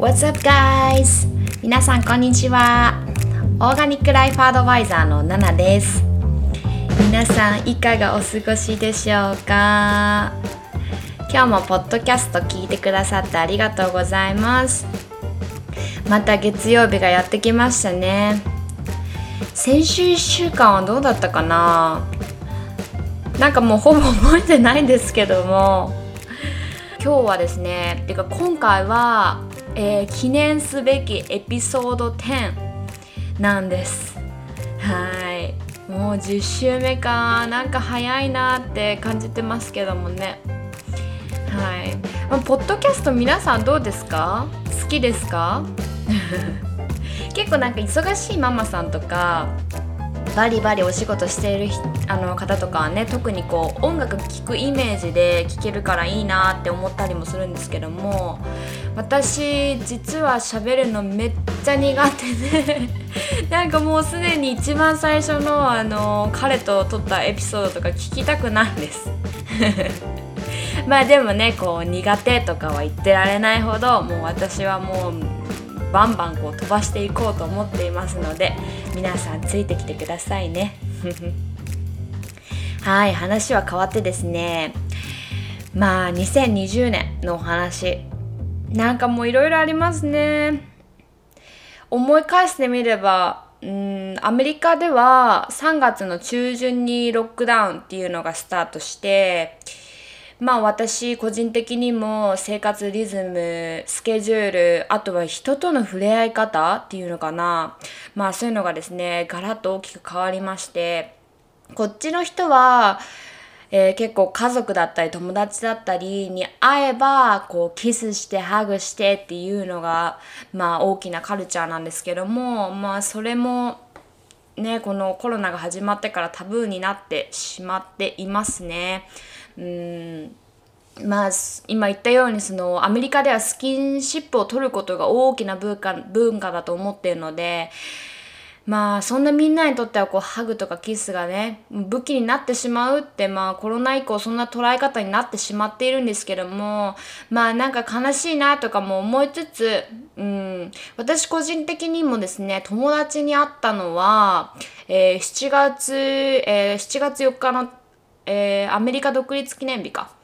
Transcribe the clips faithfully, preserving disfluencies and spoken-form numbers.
What's up guys? 皆さんこんにちは。オーガニックライフアドバイザーのナナです。皆さんいかがお過ごしでしょうか？今日もポッドキャスト聞いてくださってありがとうございます。また月曜日がやってきましたね。先週いっしゅうかんはどうだったかな？なんかもうほぼ覚えてないんですけども、今日はですね、てか今回は、えー、記念すべきエピソードじゅうなんです。はい、もうじゅっしゅうめか、なんか早いなって感じてますけどもね。はい、まあ、ポッドキャスト皆さんどうですか？好きですか？結構なんか忙しいママさんとかバリバリお仕事しているあの方とかはね、特にこう音楽聴くイメージで聴けるからいいなって思ったりもするんですけども、私実は喋るのめっちゃ苦手でなんかもうすでに一番最初のあの彼と撮ったエピソードとか聞きたくないですまあでもね、こう苦手とかは言ってられないほど、もう私はもうバンバンこう飛ばしていこうと思っていますので、皆さんついてきてくださいねはい、話は変わってですね、まあにせんにじゅうねんのお話、なんかもういろいろありますね。思い返してみれば、うーんアメリカではさんがつの中旬にロックダウンっていうのがスタートして、まあ私個人的にも生活リズム、スケジュール、あとは人との触れ合い方っていうのかな、まあそういうのがですね、ガラッと大きく変わりまして、こっちの人は、えー結構家族だったり友達だったりに会えばこうキスしてハグしてっていうのがまあ大きなカルチャーなんですけども、まあそれもね、このコロナが始まってからタブーになってしまっていますね。うーんまあ今言ったように、そのアメリカではスキンシップを取ることが大きな文化文化だと思っているので、まあそんなみんなにとってはこうハグとかキスがね武器になってしまうって、まあコロナ以降そんな捉え方になってしまっているんですけども、まあなんか悲しいなとかも思いつつ、うん私個人的にもですね、友達に会ったのは、えー、しちがつ、えー、しちがつよっかの、えーアメリカ独立記念日か、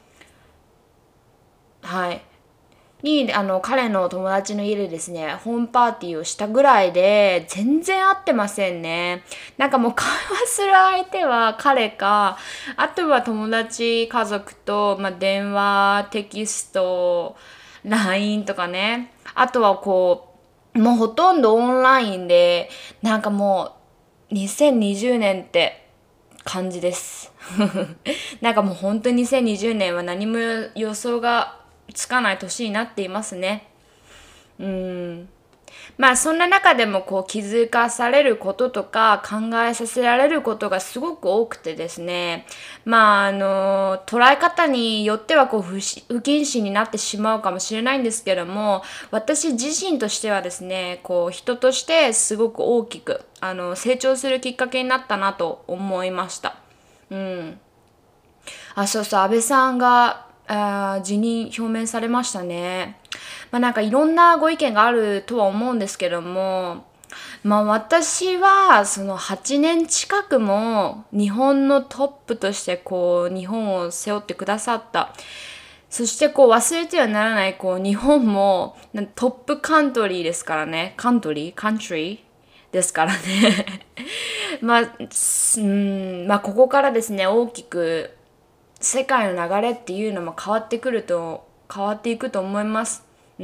はいに、あの彼の友達の家でですね、ホームパーティーをしたぐらいで全然会ってませんね。なんかもう会話する相手は彼か、あとは友達家族と、まあ、電話、テキスト、 ライン とかね、あとはこうもうほとんどオンラインで、なんかもうにせんにじゅうねんって感じですなんかもう本当ににせんにじゅうねんは何も予想がつかない年になっていますね。うんまあそんな中でもこう気づかされることとか考えさせられることがすごく多くてですね、まああの捉え方によってはこう不し不謹慎になってしまうかもしれないんですけども、私自身としてはですね、こう人としてすごく大きくあの成長するきっかけになったなと思いました。うんあ、そうそう、安倍さんがあー辞任表明されましたね。まあなんかいろんなご意見があるとは思うんですけども、まあ私はそのはちねん近くも日本のトップとしてこう日本を背負ってくださった。そしてこう忘れてはならない、こう日本もなトップカントリーですからね。カントリーカントリーですからね。まあ、すうんまあここからですね、大きく世界の流れっていうのも変わってくると変わっていくと思います。うん。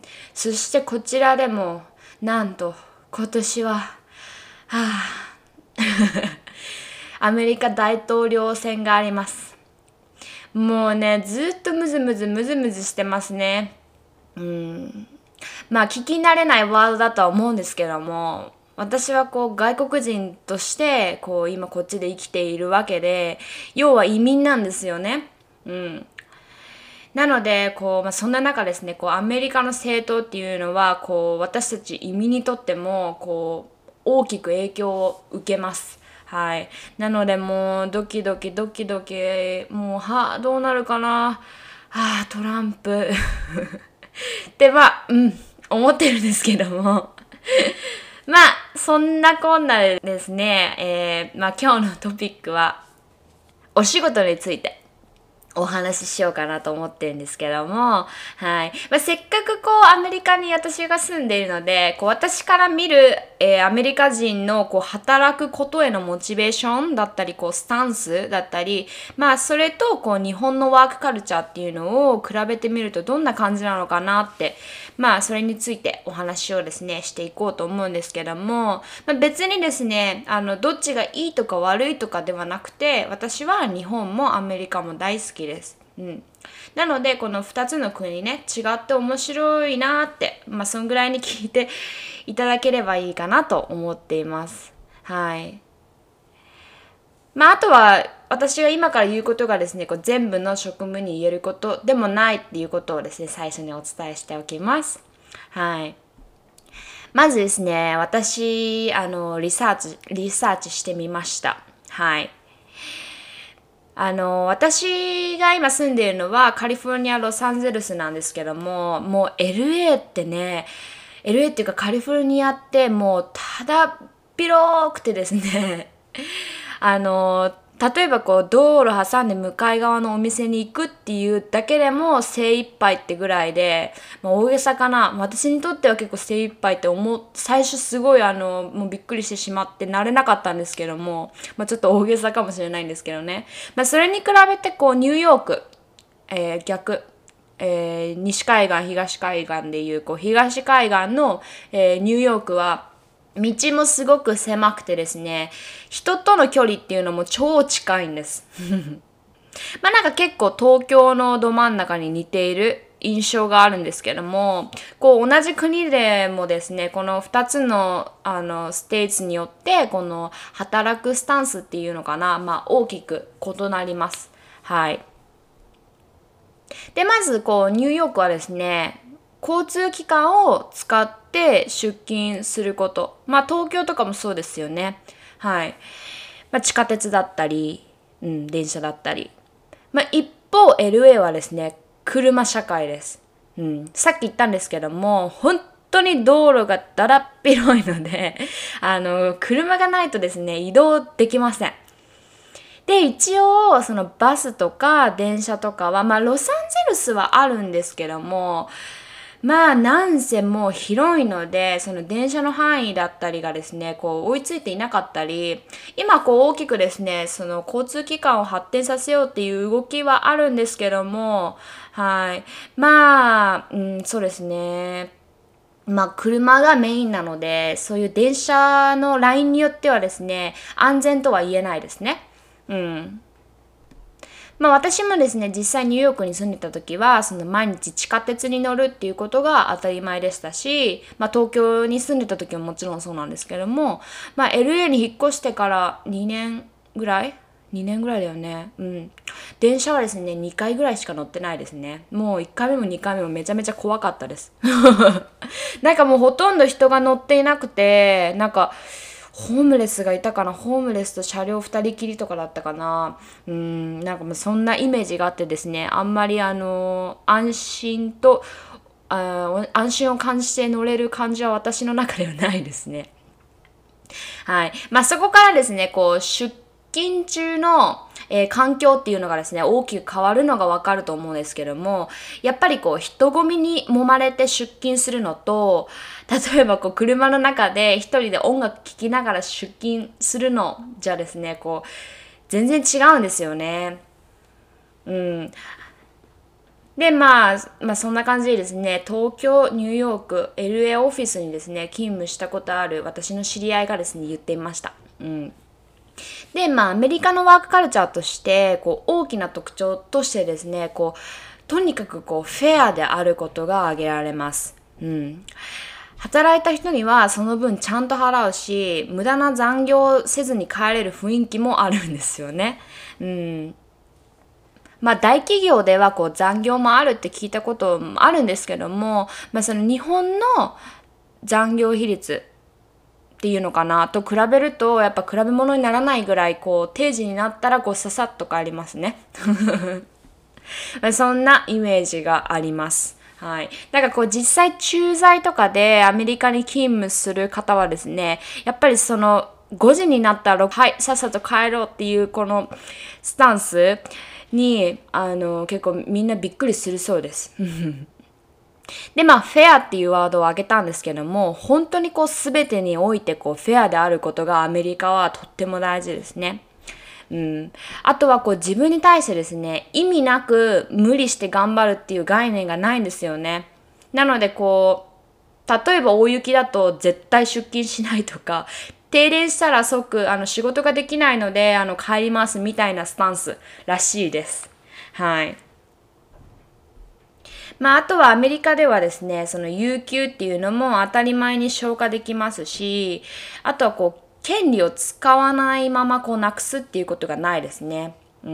そしてこちらでもなんと今年は、はあ、アメリカ大統領選があります。もうね、ずっとムズムズムズムズしてますね。うん。まあ聞き慣れないワードだとは思うんですけども、私はこう外国人としてこう今こっちで生きているわけで、要は移民なんですよね。うん。なのでこう、まあ、そんな中ですね、こうアメリカの政党っていうのはこう私たち移民にとってもこう大きく影響を受けます。はい。なのでもうドキドキドキドキ、もうはあどうなるかな、はあトランプでは、うん思ってるんですけどもまあそんなこんなでですね、えー、まあ今日のトピックはお仕事についてお話ししようかなと思ってるんですけども、はい。まあ、せっかくこうアメリカに私が住んでいるので、こう私から見る、えーアメリカ人のこう働くことへのモチベーションだったり、こうスタンスだったり、まあそれとこう日本のワークカルチャーっていうのを比べてみるとどんな感じなのかなって、まあそれについてお話をですね、していこうと思うんですけども、まあ、別にですね、あの、どっちがいいとか悪いとかではなくて、私は日本もアメリカも大好きです。うん。なので、このふたつの国ね、違って面白いなって、まあ、そんぐらいに聞いていただければいいかなと思っています。はい。まあ、あとは、私が今から言うことがですね、こう全部の職務に言えることでもないっていうことをですね、最初にお伝えしておきます。はい。まずですね、私、あの、リサーチ、リサーチしてみました。はい。あの、私が今住んでいるのはカリフォルニア・ロサンゼルスなんですけども、もう エルエー ってね、エルエー っていうかカリフォルニアってもうただっ広くてですね、あの、例えばこう道路挟んで向かい側のお店に行くっていうだけでも精一杯ってぐらいで、まあ、大げさかな。私にとっては結構精一杯って思う、最初すごいあの、もうびっくりしてしまって慣れなかったんですけども、まあちょっと大げさかもしれないんですけどね。まあそれに比べてこうニューヨーク、えー逆、えー西海岸、東海岸でいうこう東海岸の、えーニューヨークは道もすごく狭くてですね、人との距離っていうのも超近いんです。まあなんか結構東京のど真ん中に似ている印象があるんですけども、こう同じ国でもですね、このふたつのあのステーツによってこの働くスタンスっていうのかな、まあ大きく異なります。はい。で、まずこうニューヨークはですね、交通機関を使って出勤すること。まあ東京とかもそうですよね。はい。まあ地下鉄だったり、うん、電車だったり。まあ一方 エルエー はですね、車社会です。うん。さっき言ったんですけども、本当に道路がだらっ広いので、あの、車がないとですね、移動できません。で、一応、そのバスとか電車とかは、まあ、ロサンゼルスはあるんですけども、まあ、なんせもう広いので、その電車の範囲だったりがですね、こう追いついていなかったり、今こう大きくですね、その交通機関を発展させようっていう動きはあるんですけども、はい。まあ、うん、そうですね。まあ、車がメインなので、そういう電車のラインによってはですね、安全とは言えないですね。うん。まあ私もですね、実際ニューヨークに住んでた時は、その毎日地下鉄に乗るっていうことが当たり前でしたし、まあ東京に住んでた時ももちろんそうなんですけども、まあ エルエー に引っ越してからにねんぐらい ?に 年ぐらいだよね。うん。電車はですね、にかいぐらいしか乗ってないですね。もういっかいめもにかいめもめちゃめちゃ怖かったです。なんかもうほとんど人が乗っていなくて、なんか、ホームレスがいたかな、ホームレスと車両二人きりとかだったかな。うん、なんかもうそんなイメージがあってですね、あんまりあの、安心と、あ安心を感じて乗れる感じは私の中ではないですね。はい。まあそこからですね、こう、出勤中の、えー環境っていうのがですね、大きく変わるのがわかると思うんですけども、やっぱりこう、人混みに揉まれて出勤するのと、例えばこう、車の中で一人で音楽聴きながら出勤するのじゃですね、こう、全然違うんですよね。うん。で、まあ、まあそんな感じでですね、東京、ニューヨーク、エルエー オフィスにですね、勤務したことある私の知り合いがですね、言っていました。うん。で、まあ、アメリカのワークカルチャーとして、こう、大きな特徴としてですね、こう、とにかくこう、フェアであることが挙げられます。うん。働いた人にはその分ちゃんと払うし、無駄な残業せずに帰れる雰囲気もあるんですよね。うん。まあ大企業ではこう残業もあるって聞いたこともあるんですけども、まあその日本の残業比率っていうのかなと比べると、やっぱ比べ物にならないぐらいこう定時になったらこうささっと帰りますね。そんなイメージがあります。 はい。だからこう実際駐在とかでアメリカに勤務する方はですね、やっぱりそのごじになったら、はい、さっさと帰ろうっていうこのスタンスに、あの、結構みんなびっくりするそうです。で、まあ、フェアっていうワードを挙げたんですけども、本当にこう全てにおいてこうフェアであることがアメリカはとっても大事ですね。うん、あとはこう自分に対してですね、意味なく無理して頑張るっていう概念がないんですよね。なのでこう、例えば大雪だと絶対出勤しないとか、停電したら即あの仕事ができないのであの帰りますみたいなスタンスらしいです。はい。まあ、あとはアメリカではですね、その有給っていうのも当たり前に消化できますし、あとはこう、権利を使わないままこうなくすっていうことがないですね。うん。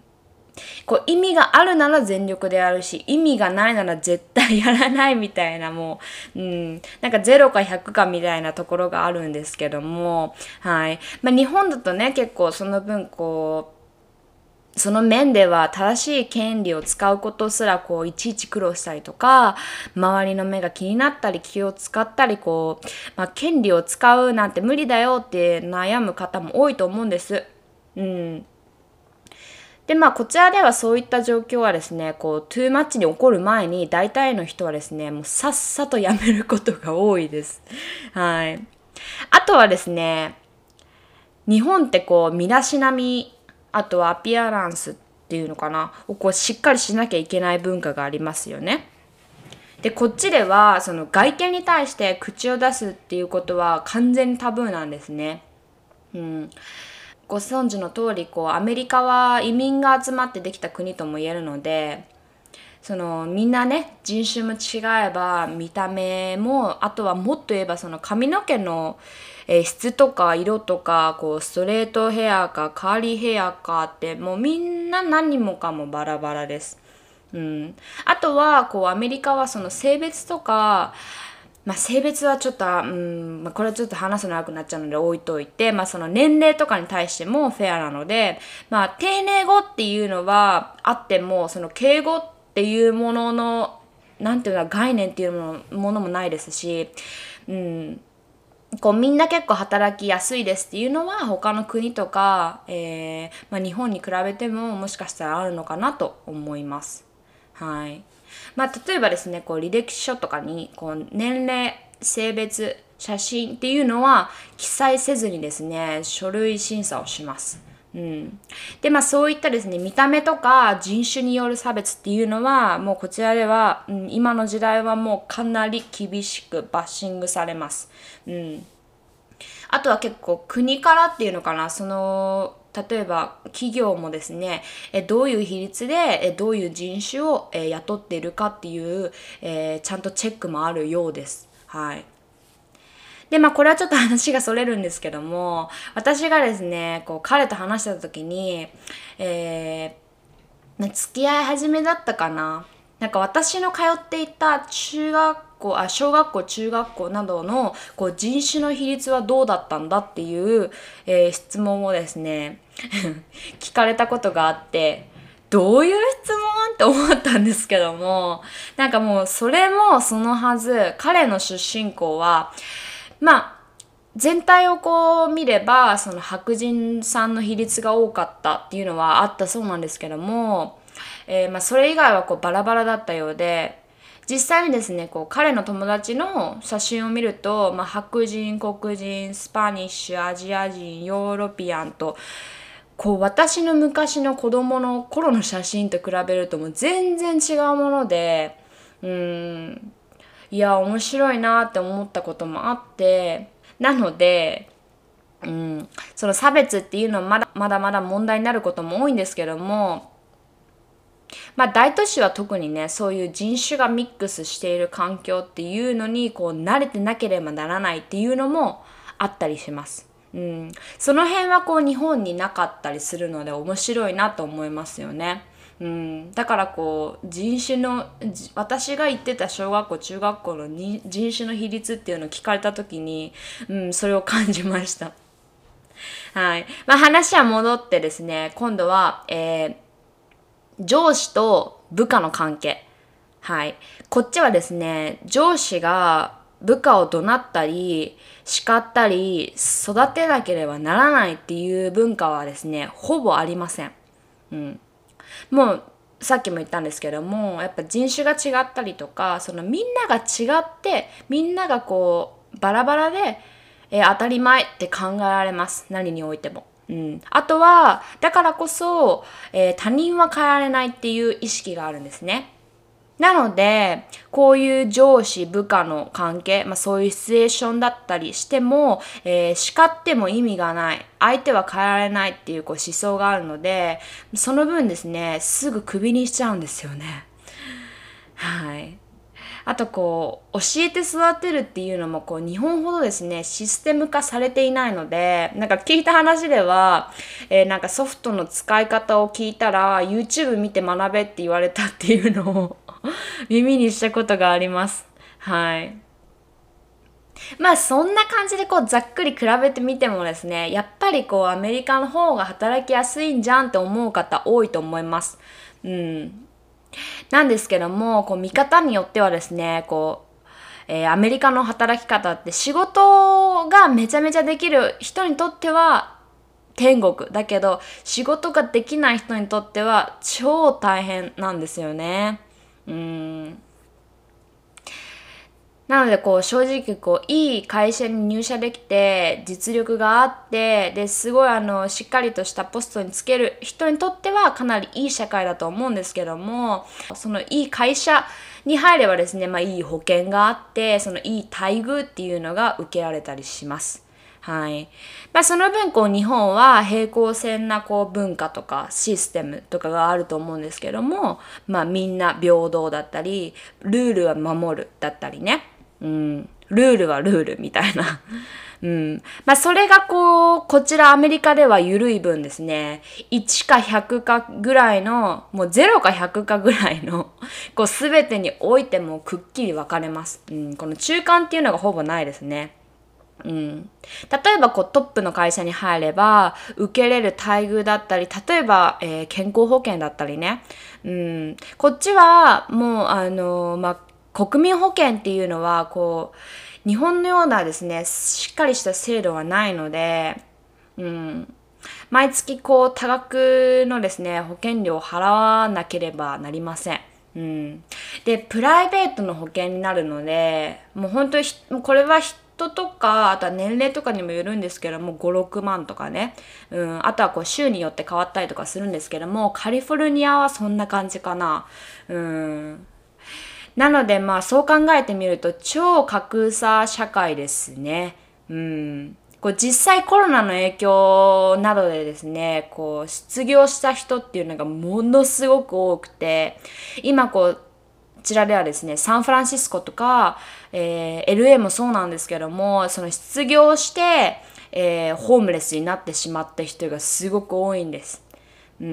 こう意味があるなら全力でやるし、意味がないなら絶対やらないみたいなもう、うん、なんかゼロかひゃくかみたいなところがあるんですけども、はい。まあ日本だとね、結構その分こう、その面では正しい権利を使うことすらこういちいち苦労したりとか、周りの目が気になったり気を使ったりこう、まあ、権利を使うなんて無理だよって悩む方も多いと思うんです。うん。でまあこちらではそういった状況はですね、こうトゥーマッチに起こる前に大体の人はですね、もうさっさとやめることが多いです。はい。あとはですね、日本ってこう身だしなみ、あとはアピアランスっていうのかなをこうしっかりしなきゃいけない文化がありますよね。でこっちではその外見に対して口を出すっていうことは完全にタブーなんですね。うん、ご存知の通りこうアメリカは移民が集まってできた国とも言えるので、そのみんなね人種も違えば見た目も、あとはもっと言えばその髪の毛の、えー質とか色とか、こうストレートヘアかカーリーヘアかってもうみんな何もかもバラバラです。うん、あとはこうアメリカはその性別とか、まあ、性別はちょっと、うんまあ、これはちょっと話すの長くなっちゃうので置いといて、まあ、その年齢とかに対してもフェアなので、まあ、定年後っていうのはあっても、その敬語っていうもののなんていうの概念っていうものものもないですし、うん、こうみんな結構働きやすいですっていうのは他の国とか、えーまあ、日本に比べてももしかしたらあるのかなと思います。はい。まあ、例えばですね、こう履歴書とかにこう年齢、性別、写真っていうのは記載せずにですね、書類審査をします。うん、でまあそういったですね、見た目とか人種による差別っていうのはもうこちらでは、うん、今の時代はもうかなり厳しくバッシングされます。うん、あとは結構国からっていうのかな、その例えば企業もですね、えどういう比率でえどういう人種をえ雇っているかっていう、えーちゃんとチェックもあるようです。はい。で、まあこれはちょっと話がそれるんですけども、私がですね、こう彼と話した時に、えー、付き合い始めだったかな。なんか私の通っていた中学校、あ、小学校、中学校などのこう人種の比率はどうだったんだっていう、えー質問をですね、聞かれたことがあって、どういう質問って思ったんですけども、なんかもうそれもそのはず、彼の出身校は、まあ、全体をこう見ればその白人さんの比率が多かったっていうのはあったそうなんですけども、えーまあそれ以外はこうバラバラだったようで、実際にですねこう彼の友達の写真を見ると、まあ、白人、黒人、スパニッシュ、アジア人、ヨーロピアンと、こう私の昔の子供の頃の写真と比べるともう全然違うもので、うーんいや面白いなって思ったこともあって、なので、うん、その差別っていうのはまだまだまだ問題になることも多いんですけども、まあ大都市は特にねそういう人種がミックスしている環境っていうのにこう慣れてなければならないっていうのもあったりします。うん、その辺はこう日本になかったりするので面白いなと思いますよね。うん、だからこう人種のじ私が行ってた小学校中学校のに人種の比率っていうのを聞かれた時に、うん、それを感じました。はい。まあ、話は戻ってですね、今度は、えー上司と部下の関係。 はい。こっちはですね、上司が部下を怒鳴ったり、叱ったり、育てなければならないっていう文化はですね、ほぼありません。うん。もう、さっきも言ったんですけども、やっぱ人種が違ったりとか、そのみんなが違って、みんながこう、バラバラで、えー当たり前って考えられます。何においても。うん。あとは、だからこそ、えー他人は変えられないっていう意識があるんですね。なので、こういう上司、部下の関係、まあそういうシチュエーションだったりしても、えー叱っても意味がない。相手は変えられないっていうこう思想があるので、その分ですね、すぐクビにしちゃうんですよね。はい。あとこう、教えて育てるっていうのもこう、日本ほどですね、システム化されていないので、なんか聞いた話では、えーなんかソフトの使い方を聞いたら、YouTube 見て学べって言われたっていうのを耳にしたことがあります。はい。まあそんな感じでこうざっくり比べてみてもですね、やっぱりこうアメリカの方が働きやすいんじゃんって思う方多いと思います。うん。なんですけども、こう見方によってはですね、こう、えーアメリカの働き方って仕事がめちゃめちゃできる人にとっては天国だけど、仕事ができない人にとっては超大変なんですよね。うん。なのでこう正直こういい会社に入社できて実力があってですごいあのしっかりとしたポストにつける人にとってはかなりいい社会だと思うんですけども、そのいい会社に入ればですね、まあいい保険があってそのいい待遇っていうのが受けられたりします。はい。まあその分こう日本は平行線なこう文化とかシステムとかがあると思うんですけども、まあみんな平等だったり、ルールは守るだったりね。うん、ルールはルールみたいな。うん。まあ、それがこう、こちらアメリカでは緩い分ですね、いちかひゃくかぐらいの、もうゼロかひゃくかぐらいの、こう、すべてにおいてもくっきり分かれます。うん。この中間っていうのがほぼないですね。うん、例えばこうトップの会社に入れば受けれる待遇だったり、例えば、えー健康保険だったりね、うん、こっちはもうあの、まあ、国民保険っていうのはこう日本のようなですねしっかりした制度はないので、うん、毎月こう多額のですね保険料を払わなければなりません。うん、でプライベートの保険になるのでもう本当にひもうこれは人とかあとは年齢とかにもよるんですけどもご、ろくまんとかね、うん、あとはこう州によって変わったりとかするんですけどもカリフォルニアはそんな感じかな。うん、なのでまあそう考えてみると超格差社会ですね。うん。こう実際コロナの影響などでですね、こう失業した人っていうのがものすごく多くて、今こう、こちらではですね、サンフランシスコとか、えー エルエー もそうなんですけども、その失業して、えーホームレスになってしまった人がすごく多いんです。うん。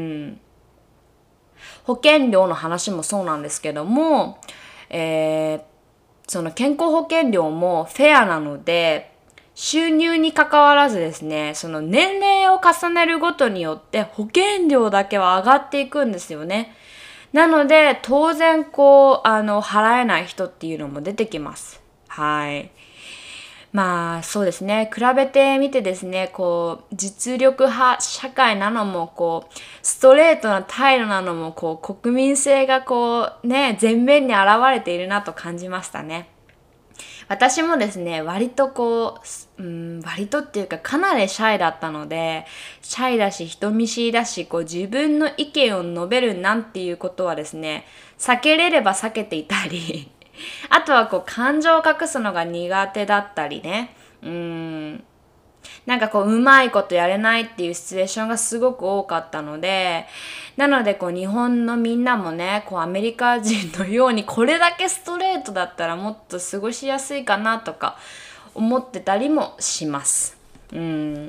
保険料の話もそうなんですけども、えーその健康保険料もフェアなので、収入に関わらずですね、その年齢を重ねるごとによって保険料だけは上がっていくんですよね。なので、当然こう、あの、払えない人っていうのも出てきます。はい。まあそうですね。比べてみてですね、こう、実力派社会なのも、こう、ストレートな態度なのも、こう、国民性がこう、ね、前面に現れているなと感じましたね。私もですね、割とこう、うん、割とっていうかかなりシャイだったので、シャイだし人見知りだし、こう自分の意見を述べるなんていうことはですね、避けれれば避けていたり、あとはこう感情を隠すのが苦手だったりね、うーん、なんかこううまいことやれないっていうシチュエーションがすごく多かったので、なのでこう日本のみんなもね、こうアメリカ人のようにこれだけストレートだったらもっと過ごしやすいかなとか思ってたりもします。うん。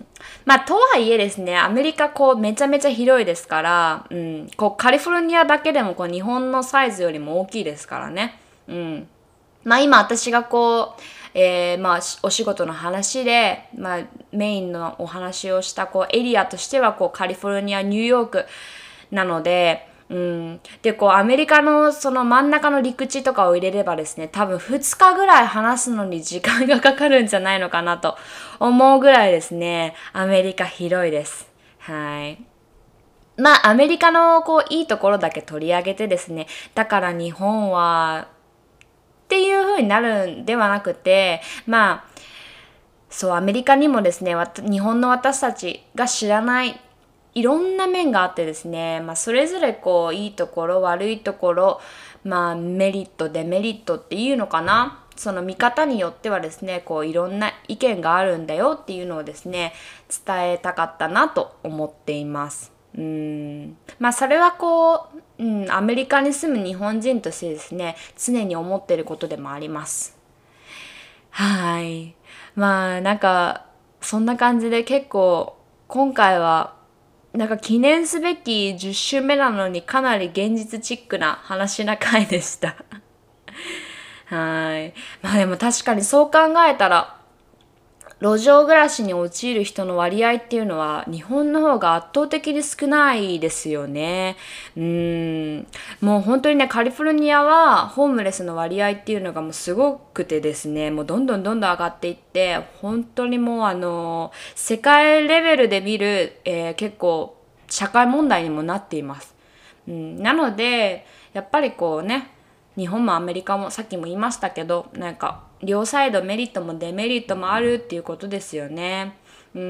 まあとはいえですね、アメリカこうめちゃめちゃ広いですから、うん、こうカリフォルニアだけでもこう日本のサイズよりも大きいですからね。うん。まあ今私がこう、えー、まあお仕事の話で、まあメインのお話をしたこうエリアとしてはこうカリフォルニア、ニューヨークなので、 うん、でこうアメリカのその真ん中の陸地とかを入れればですね、多分ふつかぐらい話すのに時間がかかるんじゃないのかなと思うぐらいですね、アメリカ広いです。はい。まあアメリカのこういいところだけ取り上げてですね、だから日本はっていう風になるんではなくて、まあそうアメリカにもですね、日本の私たちが知らないいろんな面があってですね、まあ、それぞれこういいところ悪いところ、まあ、メリットデメリットっていうのかな、その見方によってはですね、こういろんな意見があるんだよっていうのをですね、伝えたかったなと思っています。うん、まあそれはこう、うん、アメリカに住む日本人としてですね、常に思っていることでもあります。はい。まあなんかそんな感じで結構今回はなんか記念すべきじゅっ週目なのにかなり現実チックな話な回でした。はい。まあでも確かにそう考えたら、路上暮らしに陥る人の割合っていうのは日本の方が圧倒的に少ないですよね。うーん。もう本当にね、カリフォルニアはホームレスの割合っていうのがもうすごくてですね、もうどんどんどんどん上がっていって、本当にもうあの、世界レベルで見る、えー結構社会問題にもなっています。うん、なので、やっぱりこうね、日本もアメリカもさっきも言いましたけど、なんか両サイドメリットもデメリットもあるっていうことですよね。うん。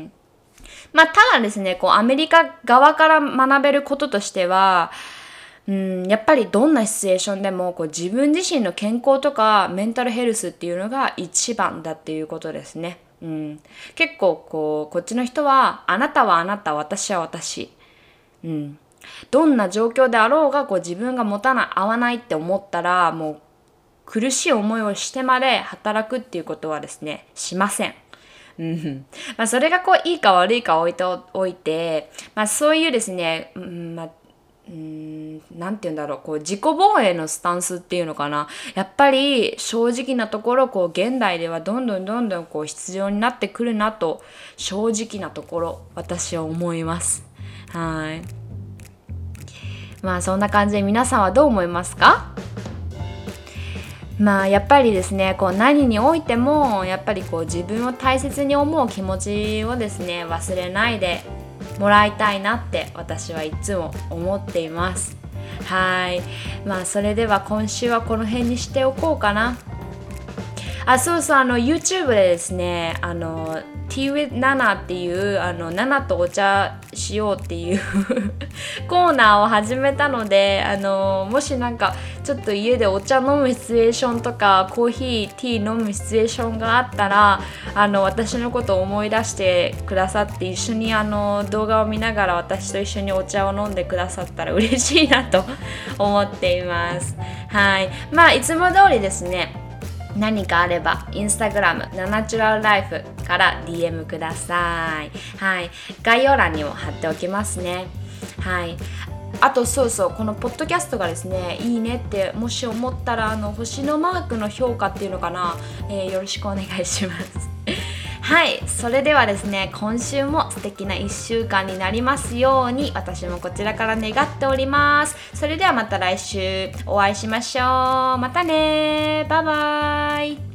まあただですね、こうアメリカ側から学べることとしては、うん、やっぱりどんなシチュエーションでもこう自分自身の健康とかメンタルヘルスっていうのが一番だっていうことですね。うん、結構こうこっちの人はあなたはあなた、私は私。うん、どんな状況であろうがこう自分が持たない合わないって思ったらもう苦しい思いをしてまで働くっていうことはですねしません。うん、まあそれがこういいか悪いか置いておいて、まあそういうですね、うん、まあうーん、なんて言うんだろう、こう自己防衛のスタンスっていうのかな。やっぱり正直なところ、こう現代ではどんどんどんどんこう必要になってくるなと、正直なところ、私は思います。はい。まあそんな感じで皆さんはどう思いますか？まあやっぱりですね、こう何においてもやっぱりこう自分を大切に思う気持ちをですね忘れないでもらいたいなって私はいつも思っています。はい。まあそれでは今週はこの辺にしておこうかな。あ、そうそう、あの YouTube でですね、あの Tea with Nana っていうあのナナとお茶しようっていうコーナーを始めたので、あのもしなんかちょっと家でお茶飲むシチュエーションとかコーヒーティー飲むシチュエーションがあったら、あの私のことを思い出してくださって一緒にあの動画を見ながら私と一緒にお茶を飲んでくださったら嬉しいなと思っています。はい。まあいつも通りですね、何かあればインスタグラムナナチュラルライフから ディーエム ください。はい。概要欄にも貼っておきますね。はい。あとそうそう、このポッドキャストがですねいいねってもし思ったら、あの星のマークの評価っていうのかな、えー、よろしくお願いしますはい。それではですね、今週も素敵ないっしゅうかんになりますように私もこちらから願っております。それではまた来週お会いしましょう。またね、バイバイ。